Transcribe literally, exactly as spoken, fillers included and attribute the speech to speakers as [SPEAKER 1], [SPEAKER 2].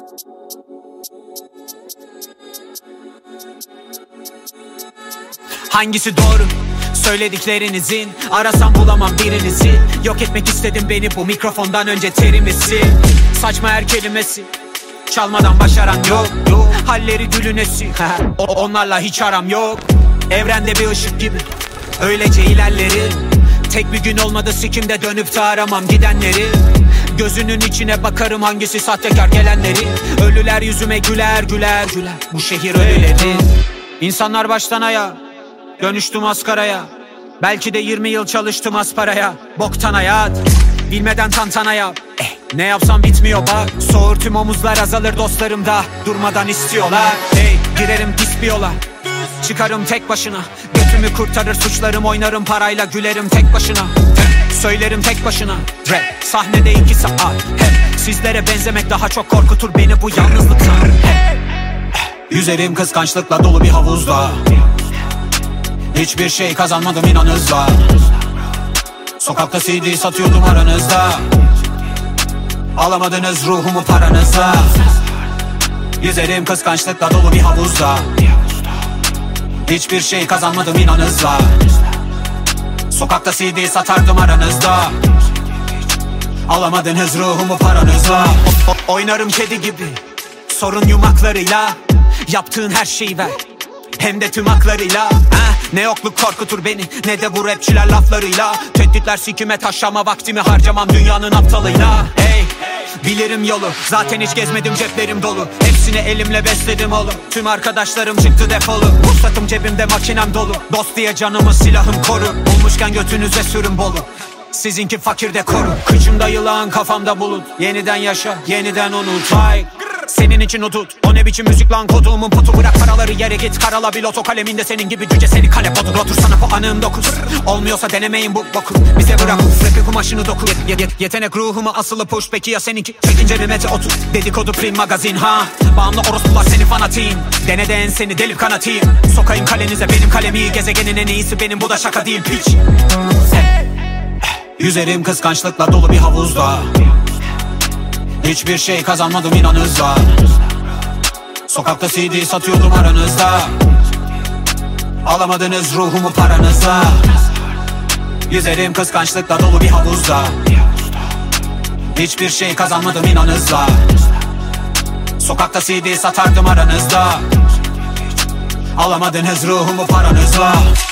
[SPEAKER 1] Hangisi doğru? Söylediklerinizin arasam bulamam birinizi. Yok etmek istedim beni bu mikrofondan önce terimesi. Saçma her kelimesi çalmadan başaran yok, yok. Halleri gülünesi o, onlarla hiç aram yok. Evrende bir ışık gibi öylece ilerlerim. Tek bir gün olmadı sikimde dönüp de aramam gidenleri. Gözünün içine bakarım hangisi sahtekar gelenleri. Ölüler yüzüme güler güler güler. Bu şehir öyledir. İnsanlar baştan ayağa dönüştüm maskaraya. Belki de yirmi yıl çalıştım az paraya. Boktan hayat bilmeden tantana yap. eh, Ne yapsam bitmiyor bak. Soğur tüm omuzlar azalır dostlarım da durmadan istiyorlar. Hey girerim pis bir yola, çıkarım tek başına. Götümü kurtarır suçlarım, oynarım parayla, gülerim tek başına. Hep söylerim tek başına. Rap sahnede iki saat. Hep sizlere benzemek daha çok korkutur beni bu yalnızlıktan. Hep yüzerim kıskançlıkla dolu bir havuzda. Hiçbir şey kazanmadım inan hızla. Sokakta C D satıyordum aranızda. Alamadınız ruhumu paranızla. Yüzerim kıskançlıkla dolu bir havuzda. Hiçbir şey kazanmadım inan hızla. Sokakta C D satardım aranızda. Alamadınız ruhumu paranızla. o, o, Oynarım kedi gibi sorun yumaklarıyla. Yaptığın her şeyi ver, hem de tüm haklarıyla. ha, Ne yokluk korkutur beni, ne de bu rapçiler laflarıyla. Tehditler sikime taşlama, vaktimi harcamam dünyanın aptalıyla. Hey bilirim yolu, zaten hiç gezmedim, ceplerim dolu. Hepsini elimle besledim oğlum. Tüm arkadaşlarım çıktı defolu. Ruhsatım cebimde, makinem dolu. Dost diye canımı silahım koru. Bulmuşken götünüze sürün bolu. Sizinki fakir dekoru. Kıçımda yılan, kafamda bulut. Yeniden yaşa, yeniden unut. Hay senin için udut. O ne biçim müzik lan, koduğumun putu. Bırak paraları yere git, karala bir loto. Kaleminde senin gibi cüce seni kalep otur. Otursana bu anım dokuz. Olmuyorsa denemeyin bu boku. Bize bırak rapi kumaşını doku. Yet, yet, Yetenek ruhuma asılı push. Peki ya seninki? Çekince bir mete otur. Dedikodu prim magazin ha. Bağımlı orospular senin fanatiğin. Dene de en seni delip kanatayım. Sokayım kalenize benim kalemi. Gezegenin en iyisi benim, bu da şaka değil piç. Yüzerim kıskançlıkla dolu bir havuzda. Hiçbir şey kazanmadım inan hızla. Sokakta C D satıyordum aranızda. Alamadınız ruhumu paranızla. Yüzerim kıskançlıkla dolu bir havuzda. Hiçbir şey kazanmadım inan hızla. Sokakta C D satardım aranızda. Alamadınız ruhumu paranızla.